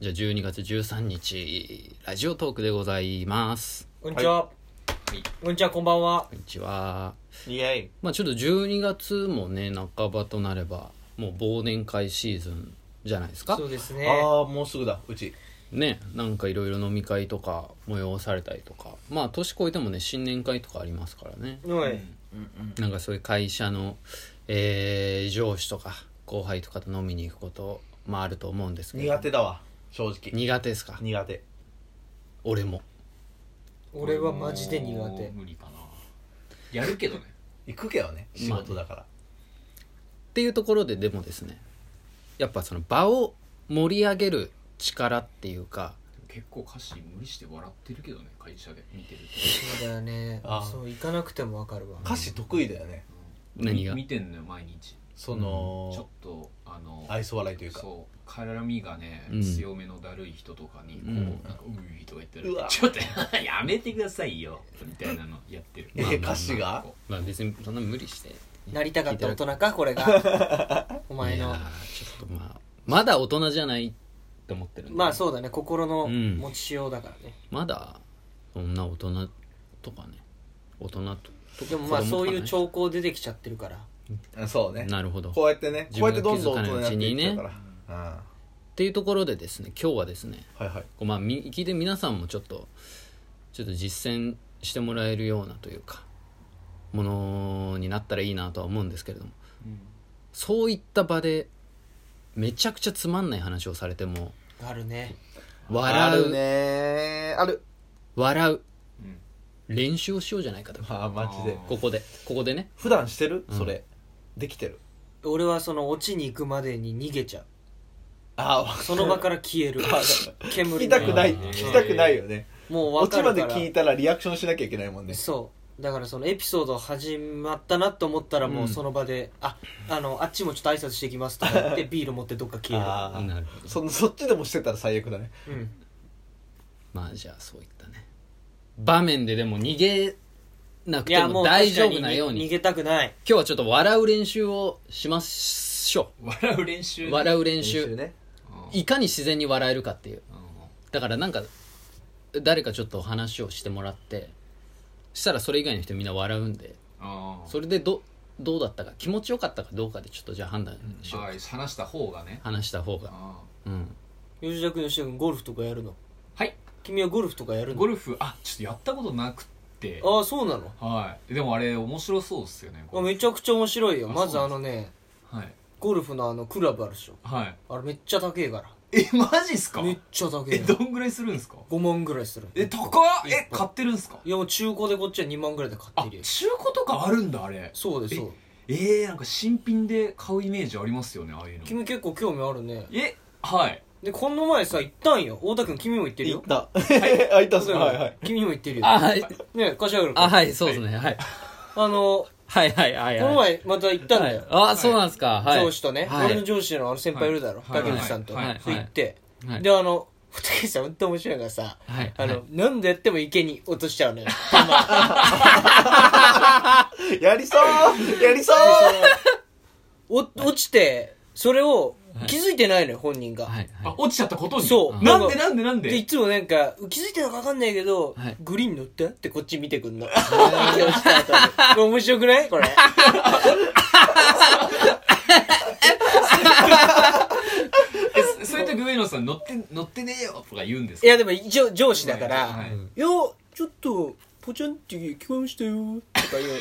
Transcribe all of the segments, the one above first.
じゃあ12月13日ラジオトークでございます。 こんにちは、こんにちは、こんばんは。 こんにちは。 イエイ。 まあちょっと12月もね半ばとなればもう忘年会シーズンじゃないですか。 そうですね。 ああ、もうすぐだ、うちね、なんかいろいろ飲み会とか催されたりとか、まあ年越えてもね新年会とかありますからね。 おい、 なんかそういう会社の、上司とか後輩とかと飲みに行くことまああると思うんですけど、 苦手だわ、正直苦手ですか。 苦手。 俺も俺はマジで苦手。 無理かな。やるけどね。 行くけどね、仕事だから、 っていうところででもですね、やっぱその場を盛り上げる力っていうか、 結構歌詞無理して笑ってるけどね、会社で見てるそうだよね。 あそう行かなくてもわかるわ。 歌詞得意だよね、 と。 何が見てんのよ毎日。 その、 ちょっと愛想笑いというか、 そう絡みがね、 うん強めのだるい人とかにこう、 うんなんかういとか言ってる。 うわちょっとやめてくださいよみたいなのやってる。 歌詞がこまあ別にそんな無理してなりたかった大人かこれが。お前のいやーちょっとまだ大人じゃないって思ってるんで、 まあそうだね、心のうん持ちしようだからね。 まだそんな大人とかね、大人とでもまあそういう子供とかね兆候出てきちゃってるから。 あそうね、 なるほど。 こうやってね、 自こうや分がってどんどん大人になっていっちゃうから、 っていうところでですね、今日はですね、 はいはい、 こうまあ聞いて皆さんもちょっと実践してもらえるようなというかものになったらいいなとは思うんですけれども、そういった場でめちゃくちゃつまんない話をされてもあるね。 笑う、 あるね、ある。 笑ううん練習をしようじゃないかと。 ああ、マジで。 ここでね、 普段してる、 うんそれできてる。 俺はそのオチに行くまでに逃げちゃう。 ああ、 その場から消える。煙聞きたくない、 あー聞きたくないよね。 もう分オチまかるから。 で聞いたらリアクションしなきゃいけないもんね。 そうだからそのエピソード始まったなと思ったらもうその場で、あっちもちょっと挨拶してきますとか言ってビール持ってどっか消あなるほど。 そっちでもしてたら最悪だね。 える。うん。 まあじゃあそういったね場面ででも逃げなくていやもうも大丈確かに夫なように逃げたくない。 今日はちょっと笑う練習をしましょ笑う練習う。 ね。 笑う練習ね。 うんいかに自然に笑えるかっていう。 うんだからなんか誰かちょっと話をしてもらってしたらそれ以外の人みんな笑うんで、 あーそれでどうだったか気持ちよかったかどうかでちょっとじゃあ判断しよう、 はい、話した方がね。 話した方が。 あうん吉田君吉田君ゴルフとかやるの？ ーはい。 君はゴルフとかやるの？ ゴルフ、ちょっとやったことなくって。 ああそうなの？ はい。でもあれ面白そうっすよね。 あめちゃくちゃ面白いよ。 あまずそうなんはい。 ゴルフのクラブあるでしょ。 はい。 あれめっちゃ高えから。 マジっすか？ めっちゃ高え。 どんぐらいするんですか？ 5万ぐらいする。 高っ！買ってるんすか？ いやもう中古でこっちは2万ぐらいで買ってるよ。 中古とかあるんだあれ。 そうですそう。 なんか新品で買うイメージありますよね、ああいうの。 君結構興味あるね。 はい。 でこの前さ行ったんよ。太田君君も行ってるよ。 行った。あ、行ったっすね。はいはい。 君も行ってるよ。 あはいね柏原君。 あはいそうですね、はいはいはいはいこの前また行ったんだよ。 あそうなんですか。はい上司とね、 はい俺の上司の先輩いるだろ、 はい竹内さんと、 はいそう行って、 はいで竹内さん本当面白いのがさ、 はい何度やっても池に落としちゃうのよ。 やりそうやりそう落ちてそれを気づいてないのよ本人が、 はい落ちちゃったことに。 そうなんでなんでなんででいつもなんか気づいてるのか分かんないけど、 はいグリーン乗ったってこっち見てくんの。落ちた後にこれ面白くないこれ。 そういう時上野さん乗ってねえよとか言うんですか？ いやでも一応上司だから、 はいいやちょっとポチャンって聞こえましたよとか言うの。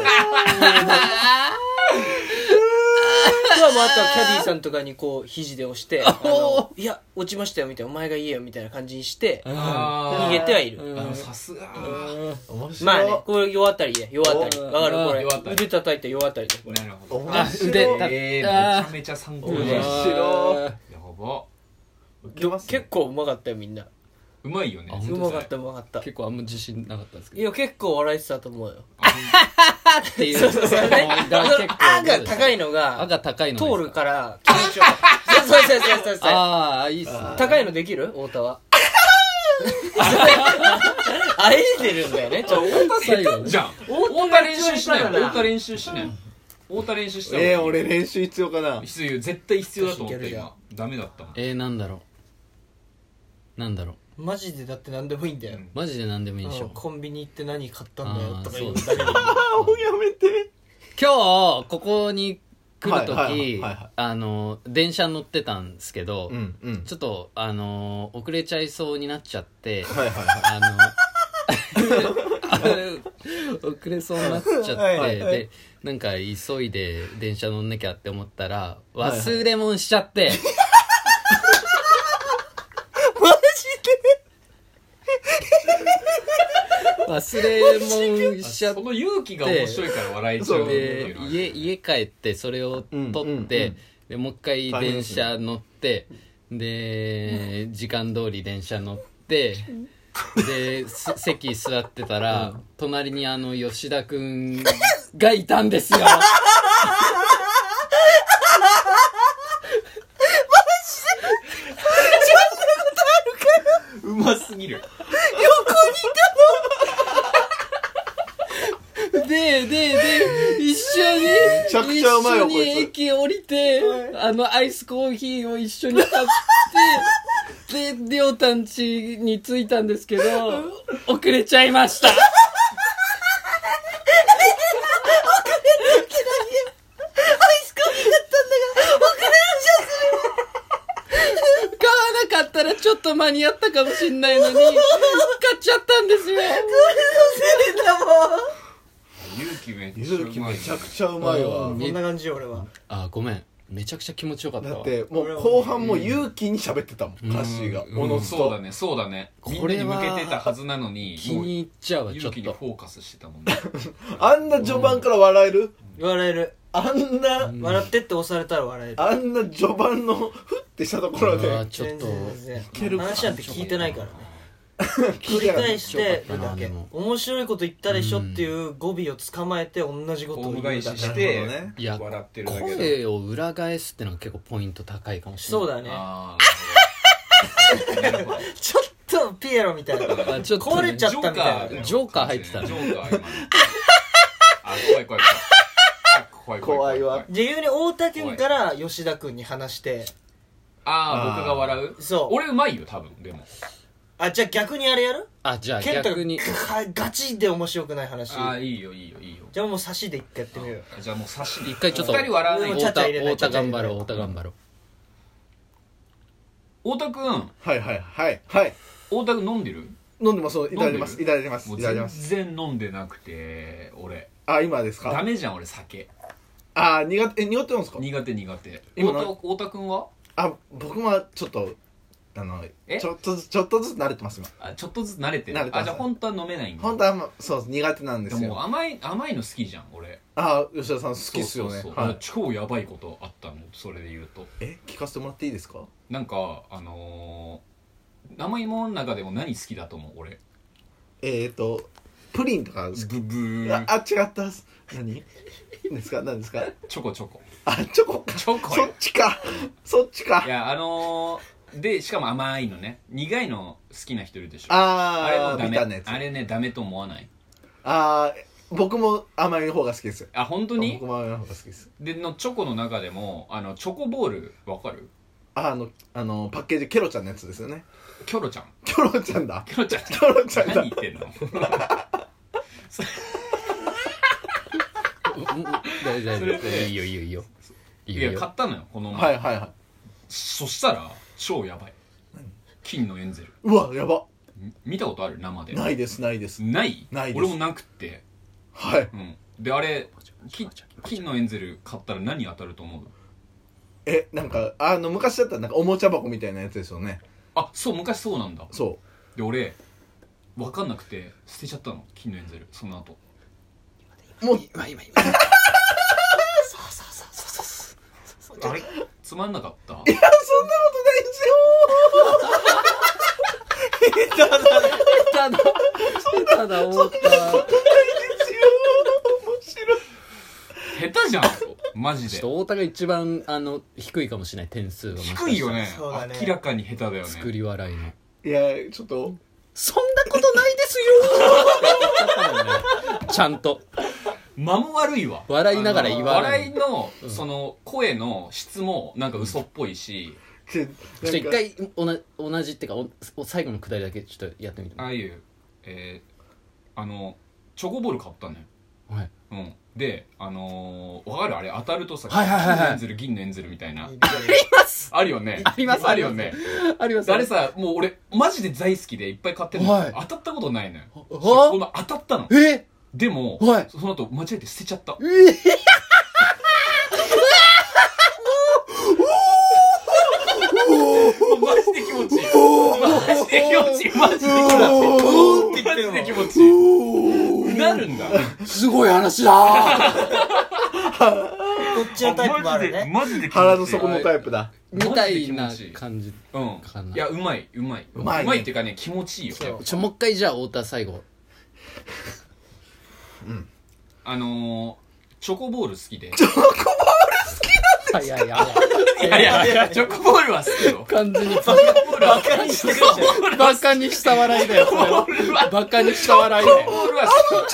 まあ、あとはキャディーさんとかにこう肘で押していや落ちましたよみたいな、お前が言えよみたいな感じにして逃げてはいる。 さすが。 面白い。 まあね、これ世当たりで世当たりわかるこれ世当たり腕叩いて世当たりでこれ。 なるほど。 面白い。 腕ためちゃめちゃ参考に面なる。 白い。 やば。 受けますね結構うまかったよみんな。 うまいよね。 あうまかったうまかった。 結構あんま自信なかったんですけいや結構笑えてたと思うよ。 っていうそうそうそうね。 だから結構あが高いのがあが高いの通るから気持ちよかった。そうそうそうそうそう。 ああいいっすね。 高いのできる太田は。あえてるんだよねちょっと。 最後じゃん。太田練習しない。太田練習しない。太田練習した方がいい。 俺練習必要かな。 必要、絶対必要だと思って今ダメだったもん。 なんだろなんだろう、 マジでだって何でもいいんだよ、 マジで何でもいいでしょ。 コンビニ行って何買ったんだよとか言うあーだけでいいあもうやめて。 今日ここに来る時、 はいはいはいはい電車乗ってたんですけど、 うんうんちょっと遅れちゃいそうになっちゃってはいはいはい遅れそうになっちゃって、 はいはいはいでなんか急いで電車乗んなきゃって思ったら忘れ物しちゃって、忘れ物しちゃっその勇気が面白いから笑えちゃうってていうのは家帰ってそれを取って、 うんうんうんでもう一回電車乗ってで時間通り電車乗ってで席座ってたら、隣に吉田くんがいたんですよ。 うますぎる。 で一緒にめちゃくちゃうまいよ一緒にこいつ駅降りて、アイスコーヒーを一緒に買ってでりょうたん家に着いたんですけど遅れちゃいました。買わなかったらちょっと間に合ったかもしんないのに買っちゃったんですよ。 勇気めちゃくちゃうまいわ。 うんこんな感じよ俺は。 あ、ごめん、めちゃくちゃ気持ちよかったわ。 だってもう後半も勇気に喋ってたもん、歌詞がおのずと。 そうだねそうだね。みんなに向けてたはずなのに気に入っちゃうわ、ちょ勇気にっとフォーカスしてたもんね。 あんな序盤から笑える、 笑える。 あんな笑ってって押されたら笑える。 あんな序盤のフッてしたところでうわちょっと全けるか話なんて聞いてないからね。繰聞いてなかったり返してるだけでも。 面白いこと言ったでしょっていう語尾を捕まえて同じことを言うだけ。 オウム返ししなるてほどねいや笑ってるだけだ。 声を裏返すってのが結構ポイント高いかもしれない。 そうだね。 あーなるほど。 ちょっとピエロみたいな。 あちょっとね壊れちゃったみたいな。 ジョーカー入ってたねジョーカー今あ怖い怖い怖い怖いわじゃあ逆に太田君から吉田君に話して。 ああ僕が笑う。 そう。 俺うまいよ多分でも。 あ、じゃあ逆にあれやる？ あ、じゃあケンタ逆にガチで面白くない話。 ああいいよいいよいいよ。 じゃあもう差しで一回やってみようよ。 じゃあもう差しで一回ちょっと二人笑わないうんと。 太田頑張ろう、 ちゃちゃ入れない太田頑張ろう。 太田くんはいはいはいはい太田くん飲んでる？ 飲んでますいただきますいただきますもいうただきます。 全然飲んでなくて俺あ今ですか。 ダメじゃん俺酒あ苦手なんですか。 苦手苦手。 今太田くんは？ あ僕はちょっとえちょっとずつ慣れてます今。 あちょっとずつ慣れてる。 慣れてますあじゃあ本当は飲めないんだ。 本当はそう苦手なんでですもよ。 甘いの好きじゃん俺。 あ吉田さん好きっすよね。 そうそうそうはい。 超やばいことあったのそれで言うと聞かせてもらっていいですか。 なんか生芋の中でも何好きだと思う俺。 プリンとか好き。 ブブーあ違った。何ですか何ですか。 チョコチョコあチョコか。 チョコよそっちかそっちか。 いやでしかも甘いのね苦いの好きな人いるでしょ。あれあもダメビターなやつ。 あれねダメと思わない？ 僕も甘い方が好きです。 あ本当に僕も甘い方が好きです。 でのチョコの中でもチョコボールわかる？ パッケージケロちゃんのやつですよね。 キョロちゃんキョロちゃんだ。 キョロちゃんキョロちゃんだ何言ってんの大丈夫それでいいよいいよいいよいいいよいいよ。 や買ったのよこの前、 はいはいはい。 そしたら超やばい金のエンゼルうわやば。 見たことある生でないですないです。 ないないです俺もなくってはい。 であれ金のエンゼル買ったら何当たると思う？ なんか昔だったらなんかおもちゃ箱みたいなやつですよね。 あそう昔そうなんだ。 そで俺分かんなくて捨てちゃったの金のエンゼルその後。 う。もう今あれつまんなかった？ いやそんなことないですよ。 ただ太田ないですよ。面白い。 下手じゃんマジでちょっと太田が一番低いかもしれない点数がもしかしたら低いよねそうだね明らかに下手だよね。 作り笑いのいやちょっとそんなことないですよ言っちゃったもんねちゃんと間も悪いわ。 笑いながら言わない笑いのその声の質もなんか嘘っぽいしちょっと一回同じっていうか最後のくだりだけちょっとやってみて。 ああいうチョコボール買ったのよ。 はい。 うん。でわかるあれ当たるとさ、 はいはいはいはい、 金のエンゼル銀のエンゼルみたいなありますあるよね。 ありますあるよね。 あります。 あれさ、もう俺マジで大好きでいっぱい買ってるの、 はい、 当たったことないのよ。 この当たったの。でも、 はい、 その後間違えて捨てちゃった。マジで気持ちいい。マジで気持ちいい。マジで気持ちいい。なるんだ。 すごい話だこっちのタイプもあるね。 マジで腹の底のタイプだ。 みたいな感じかな。 いや、うまい。うまいっていうかね、気持ちいいよ。 もう一回じゃあ太田最後。 チョコボール好きで。 チョコボール好きなんいや、チョコボールは好きよ。 完全にバカにしてるじゃん。バカにした笑いだよ、それは。バカにした笑いだよ。 チョコボールは好き。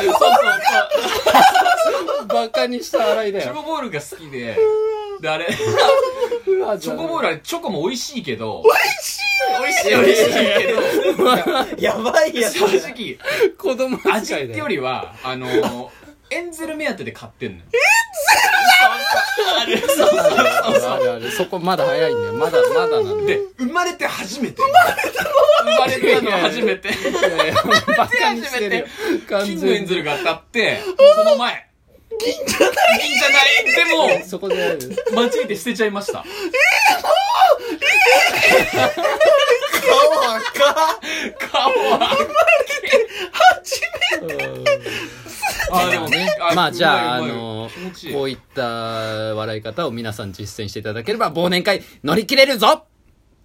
そう。 バカにした笑いだよ。 チョコボールが好きで、あれ、チョコボールはチョコも美味しいけど、美味しいけど、 やばいやつ。 正直、 子供味ってよりは、エンゼル目当てで買ってんのよ。 あるそこまだ早いんだよ。まだなんで。 生まれて初めて。生まれたの初めて。 バカにしてるよ。 金のエンゼルが当たって、その前。銀じゃない。でも、 そこで間違えて捨てちゃいました。顔赤。 初めて。でもね、まあじゃあこういった笑い方を皆さん実践していただければ忘年会乗り切れるぞ。